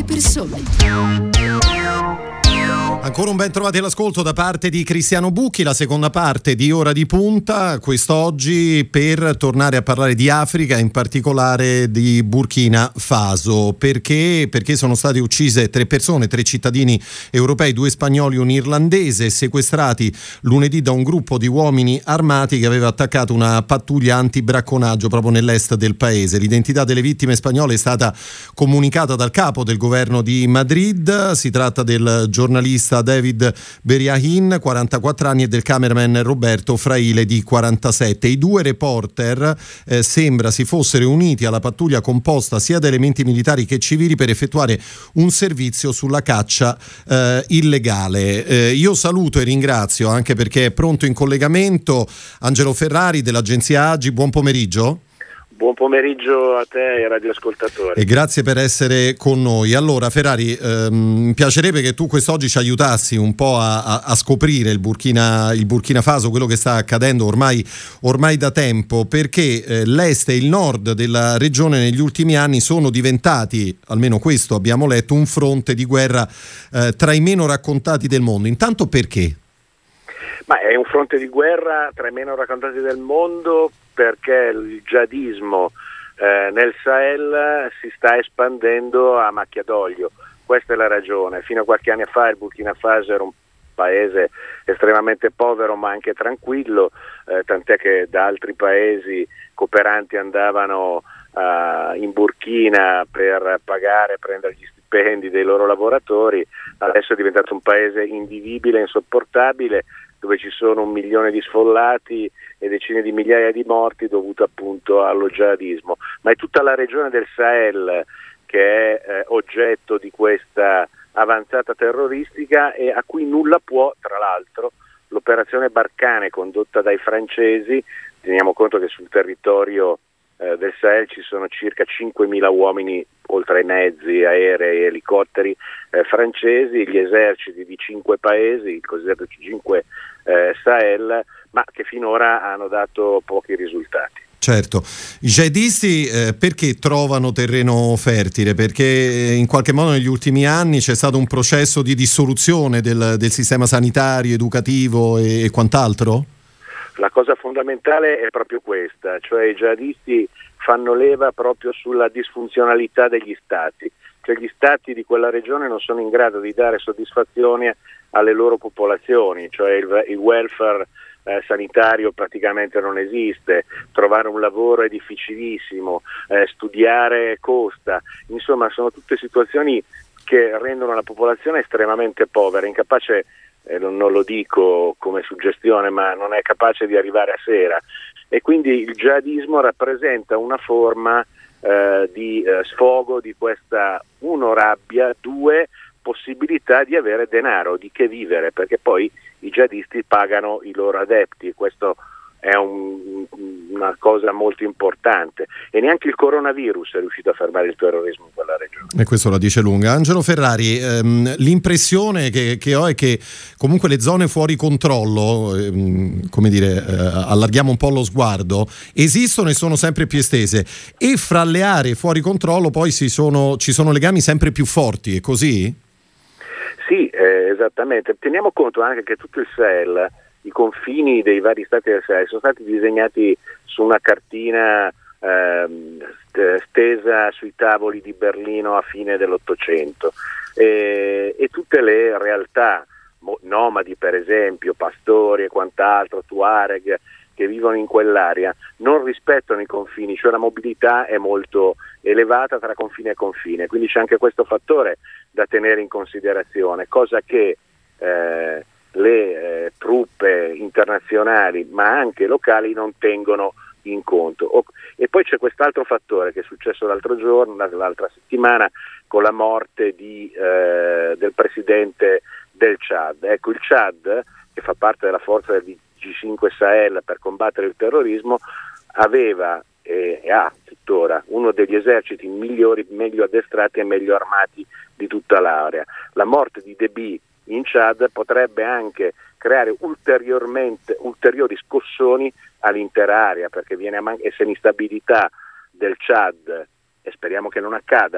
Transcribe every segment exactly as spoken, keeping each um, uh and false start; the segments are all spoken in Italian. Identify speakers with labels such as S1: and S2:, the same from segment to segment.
S1: le persone.
S2: Ancora un ben trovati all'ascolto da parte di Cristiano Bucchi, la seconda parte di Ora di Punta, quest'oggi per tornare a parlare di Africa, in particolare di Burkina Faso. Perché? Perché sono state uccise tre persone, tre cittadini europei, due spagnoli e un irlandese, sequestrati lunedì da un gruppo di uomini armati che aveva attaccato una pattuglia antibracconaggio proprio nell'est del paese. L'identità delle vittime spagnole è stata comunicata dal capo del governo di Madrid, si tratta del giornalista David Beriahin, quarantaquattro anni, e del cameraman Roberto Fraile, di quarantasette. I due reporter eh, sembra si fossero uniti alla pattuglia composta sia da elementi militari che civili per effettuare un servizio sulla caccia eh, illegale. Eh, io saluto e ringrazio, anche perché è pronto in collegamento, Angelo Ferrari dell'agenzia Agi. Buon pomeriggio.
S3: Buon pomeriggio a te e ai radioascoltatori.
S2: E grazie per essere con noi. Allora Ferrari, ehm, mi piacerebbe che tu quest'oggi ci aiutassi un po' a, a, a scoprire il Burkina, il Burkina Faso, quello che sta accadendo ormai, ormai da tempo, perché eh, l'est e il nord della regione negli ultimi anni sono diventati, almeno questo abbiamo letto, un fronte di guerra eh, tra i meno raccontati del mondo. Intanto perché?
S3: Ma è un fronte di guerra tra i meno raccontati del mondo perché il jihadismo eh, nel Sahel si sta espandendo a macchia d'olio. Questa è la ragione. Fino a qualche anno fa il Burkina Faso era un paese estremamente povero ma anche tranquillo, eh, tant'è che da altri paesi cooperanti andavano uh, in Burkina per pagare, prendere gli stipendi dei loro lavoratori. Adesso è diventato un paese invivibile, insopportabile, dove ci sono un milione di sfollati e decine di migliaia di morti dovuto appunto allo jihadismo. Ma è tutta la regione del Sahel che è eh, oggetto di questa avanzata terroristica e a cui nulla può, tra l'altro, l'operazione Barkhane condotta dai francesi. Teniamo conto che sul territorio eh, del Sahel ci sono circa cinquemila uomini, oltre ai mezzi, aerei e elicotteri eh, francesi, gli eserciti di cinque paesi, il cosiddetto cinque eh, Sahel, ma che finora hanno dato pochi risultati.
S2: Certo, i jihadisti eh, perché trovano terreno fertile? Perché in qualche modo negli ultimi anni c'è stato un processo di dissoluzione del, del sistema sanitario, educativo e, e quant'altro?
S3: La cosa fondamentale è proprio questa, cioè i jihadisti fanno leva proprio sulla disfunzionalità degli stati, cioè gli stati di quella regione non sono in grado di dare soddisfazione alle loro popolazioni, cioè il, il welfare eh, sanitario praticamente non esiste, trovare un lavoro è difficilissimo, eh, studiare costa, insomma sono tutte situazioni che rendono la popolazione estremamente povera, incapace, eh, non, non lo dico come suggestione, ma non è capace di arrivare a sera, e quindi il jihadismo rappresenta una forma eh, di eh, sfogo di questa, uno, rabbia, due, possibilità di avere denaro, di che vivere, perché poi i jihadisti pagano i loro adepti, e questo è un, una cosa molto importante, e neanche il coronavirus è riuscito a fermare il terrorismo in quella regione.
S2: E questo la dice lunga. Angelo Ferrari, ehm, l'impressione che, che ho è che comunque le zone fuori controllo, ehm, come dire, eh, allarghiamo un po' lo sguardo, esistono e sono sempre più estese, e fra le aree fuori controllo poi si sono, ci sono legami sempre più forti, è così?
S3: Sì, eh, esattamente. Teniamo conto anche che tutto il Sahel, i confini dei vari stati del Sahel sono stati disegnati su una cartina ehm, stesa sui tavoli di Berlino a fine dell'Ottocento, e, e tutte le realtà nomadi, per esempio, pastori e quant'altro, Tuareg, che vivono in quell'area, non rispettano i confini, cioè la mobilità è molto elevata tra confine e confine, quindi c'è anche questo fattore da tenere in considerazione, cosa che eh, le eh, truppe internazionali ma anche locali non tengono in conto. O, e poi c'è quest'altro fattore che è successo l'altro giorno, l'altra settimana, con la morte di, eh, del presidente del Chad. Ecco, il Chad, che fa parte della forza del G cinque Sahel per combattere il terrorismo, aveva e ha tuttora uno degli eserciti migliori, meglio addestrati e meglio armati di tutta l'area. La morte di Deby in Chad potrebbe anche creare ulteriormente ulteriori scossoni all'intera area, perché viene a man- e se l'instabilità del Chad, e speriamo che non accada,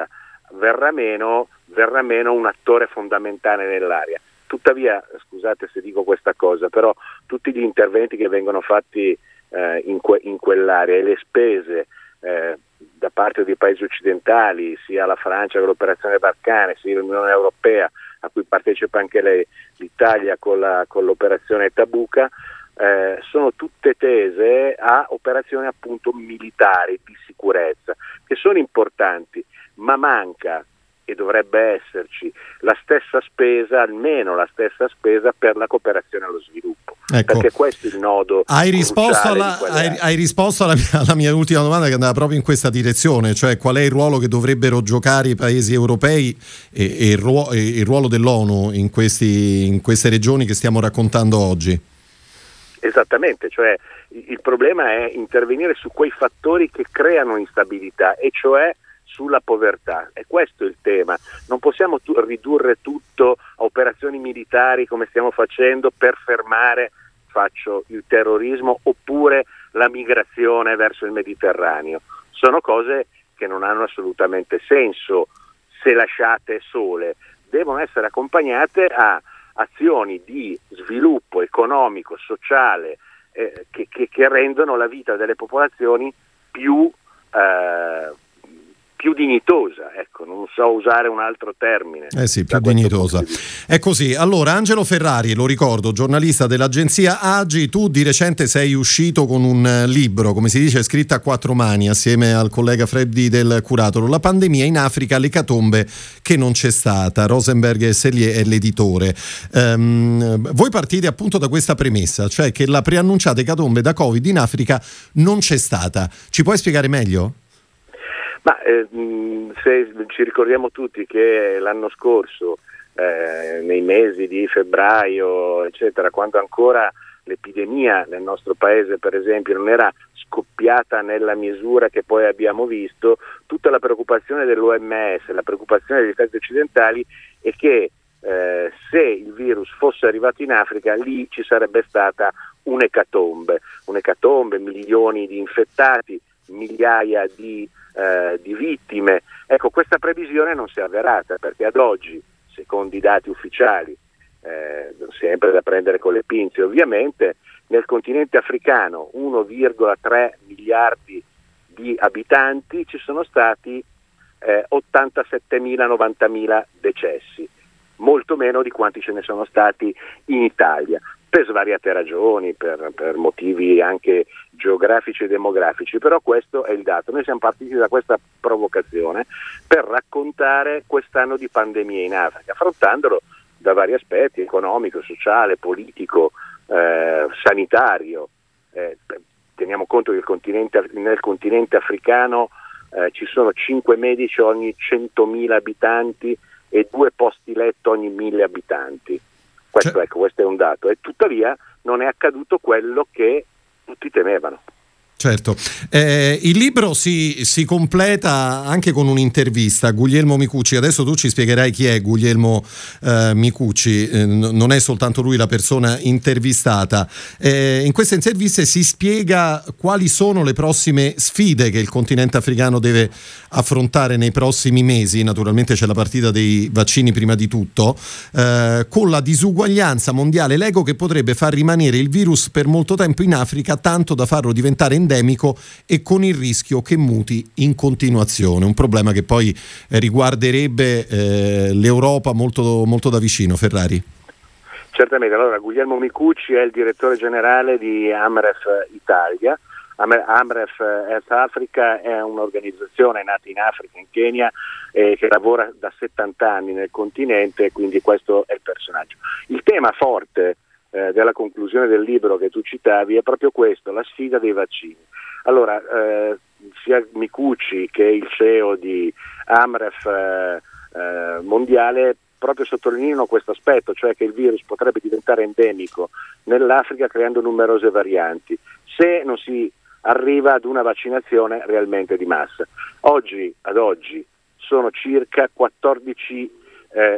S3: verrà meno, verrà meno un attore fondamentale nell'area. Tuttavia, scusate se dico questa cosa, però tutti gli interventi che vengono fatti eh, in, que- in quell'area e le spese eh, da parte dei paesi occidentali, sia la Francia che l'operazione Barkhane, sia l'Unione Europea, a cui partecipa anche lei, l'Italia con, la, con l'operazione Tabuka, eh, sono tutte tese a operazioni appunto militari di sicurezza, che sono importanti, ma manca, e dovrebbe esserci, la stessa spesa, almeno la stessa spesa per la cooperazione allo sviluppo.
S2: Ecco.
S3: Perché questo è il nodo.
S2: Hai risposto, alla, hai, hai risposto alla, mia, alla mia ultima domanda, che andava proprio in questa direzione, cioè qual è il ruolo che dovrebbero giocare i paesi europei e, e, il, ruolo, e il ruolo dell'ONU in, questi, in queste regioni che stiamo raccontando oggi.
S3: Esattamente, cioè il problema è intervenire su quei fattori che creano instabilità, e cioè sulla povertà, e questo è il tema. Non possiamo tu- ridurre tutto a operazioni militari come stiamo facendo per fermare, faccio il terrorismo, oppure la migrazione verso il Mediterraneo. Sono cose che non hanno assolutamente senso se lasciate sole, devono essere accompagnate a azioni di sviluppo economico, sociale, eh, che, che, che rendono la vita delle popolazioni più eh, più dignitosa, ecco, non so usare un altro termine.
S2: Eh sì, più dignitosa. È così. Allora, Angelo Ferrari, lo ricordo, giornalista dell'agenzia Agi, tu di recente sei uscito con un libro, come si dice, scritto a quattro mani, assieme al collega Freddy del Curatolo, La pandemia in Africa, l'ecatombe che non c'è stata. Rosenberg e Sellier è l'editore. Um, voi partite appunto da questa premessa, cioè che la preannunciata ecatombe da Covid in Africa non c'è stata. Ci puoi spiegare meglio?
S3: Ma eh, se ci ricordiamo tutti che l'anno scorso, eh, nei mesi di febbraio, eccetera, quando ancora l'epidemia nel nostro paese, per esempio, non era scoppiata nella misura che poi abbiamo visto, tutta la preoccupazione dell'O M S, la preoccupazione degli Stati occidentali è che eh, se il virus fosse arrivato in Africa, lì ci sarebbe stata un'ecatombe, un'ecatombe, milioni di infettati, migliaia di Eh, di vittime. Ecco, questa previsione non si è avverata, perché ad oggi, secondo i dati ufficiali, eh, sempre da prendere con le pinze ovviamente, nel continente africano, uno virgola tre miliardi di abitanti, ci sono stati eh, ottantasettemila novantamila decessi, molto meno di quanti ce ne sono stati in Italia, per svariate ragioni, per, per motivi anche geografici e demografici, però questo è il dato. Noi siamo partiti da questa provocazione per raccontare quest'anno di pandemia in Africa, affrontandolo da vari aspetti: economico, sociale, politico, eh, sanitario. Eh, teniamo conto che il continente, nel continente africano eh, ci sono cinque medici ogni centomila abitanti e due posti letto ogni mille abitanti. Questo, ecco, questo è un dato, e tuttavia non è accaduto quello che tutti temevano.
S2: Certo, eh, il libro si, si completa anche con un'intervista a Guglielmo Micucci. Adesso tu ci spiegherai chi è Guglielmo eh, Micucci, eh, n- non è soltanto lui la persona intervistata. Eh, in queste interviste si spiega quali sono le prossime sfide che il continente africano deve affrontare nei prossimi mesi. Naturalmente c'è la partita dei vaccini prima di tutto, eh, con la disuguaglianza mondiale, l'ego che potrebbe far rimanere il virus per molto tempo in Africa, tanto da farlo diventare endemico e con il rischio che muti in continuazione, un problema che poi eh, riguarderebbe eh, l'Europa molto, molto da vicino. Ferrari.
S3: Certamente. Allora, Guglielmo Micucci è il direttore generale di Amref Italia. Amref Health Africa è un'organizzazione nata in Africa, in Kenya, eh, che lavora da settanta anni nel continente, quindi questo è il personaggio. Il tema forte eh, della conclusione del libro che tu citavi è proprio questo, la sfida dei vaccini. Allora, eh, sia Micucci che il C E O di Amref eh, eh, mondiale proprio sottolineano questo aspetto, cioè che il virus potrebbe diventare endemico nell'Africa creando numerose varianti, se non si arriva ad una vaccinazione realmente di massa. Oggi, ad oggi, sono circa quattordici eh,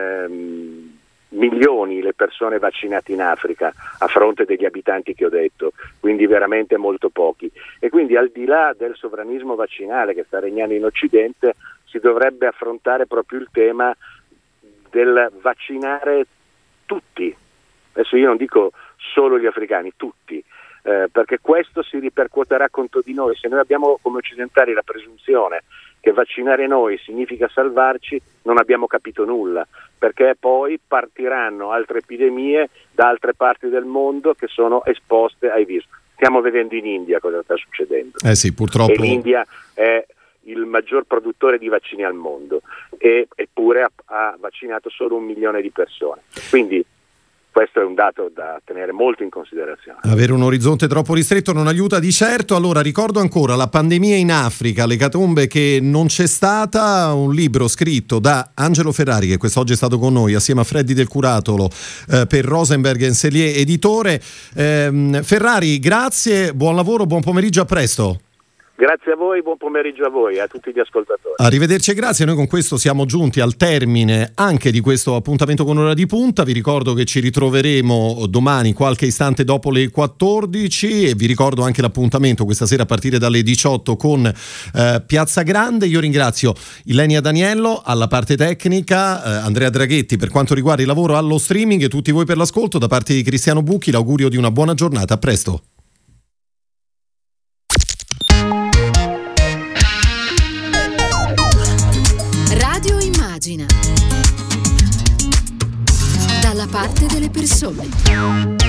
S3: m- milioni le persone vaccinate in Africa a fronte degli abitanti che ho detto, quindi veramente molto pochi. E quindi, al di là del sovranismo vaccinale che sta regnando in Occidente, si dovrebbe affrontare proprio il tema del vaccinare tutti. Adesso io non dico solo gli africani, tutti, eh, perché questo si ripercuoterà contro di noi. Se noi abbiamo come occidentali la presunzione che vaccinare noi significa salvarci, non abbiamo capito nulla, perché poi partiranno altre epidemie da altre parti del mondo che sono esposte ai virus. Stiamo vedendo in India cosa sta succedendo.
S2: Eh sì, purtroppo.
S3: E l'India è il maggior produttore di vaccini al mondo, e, eppure ha, ha vaccinato solo un milione di persone. Quindi questo è un dato da tenere molto in considerazione.
S2: Avere un orizzonte troppo ristretto non aiuta di certo. Allora, ricordo ancora la pandemia in Africa, l'ecatombe che non c'è stata, un libro scritto da Angelo Ferrari, che quest'oggi è stato con noi assieme a Freddy Del Curatolo eh, per Rosenberg Enselier editore. Eh, Ferrari, grazie, buon lavoro, buon pomeriggio, a presto.
S3: Grazie a voi, buon pomeriggio a voi e a tutti gli ascoltatori.
S2: Arrivederci e grazie. Noi con questo siamo giunti al termine anche di questo appuntamento con Ora di Punta. Vi ricordo che ci ritroveremo domani qualche istante dopo le quattordici e vi ricordo anche l'appuntamento questa sera a partire dalle diciotto con eh, Piazza Grande. Io ringrazio Ilenia Daniello alla parte tecnica, eh, Andrea Draghetti per quanto riguarda il lavoro allo streaming e tutti voi per l'ascolto. Da parte di Cristiano Bucchi l'augurio di una buona giornata. A presto.
S1: Dalla parte delle persone.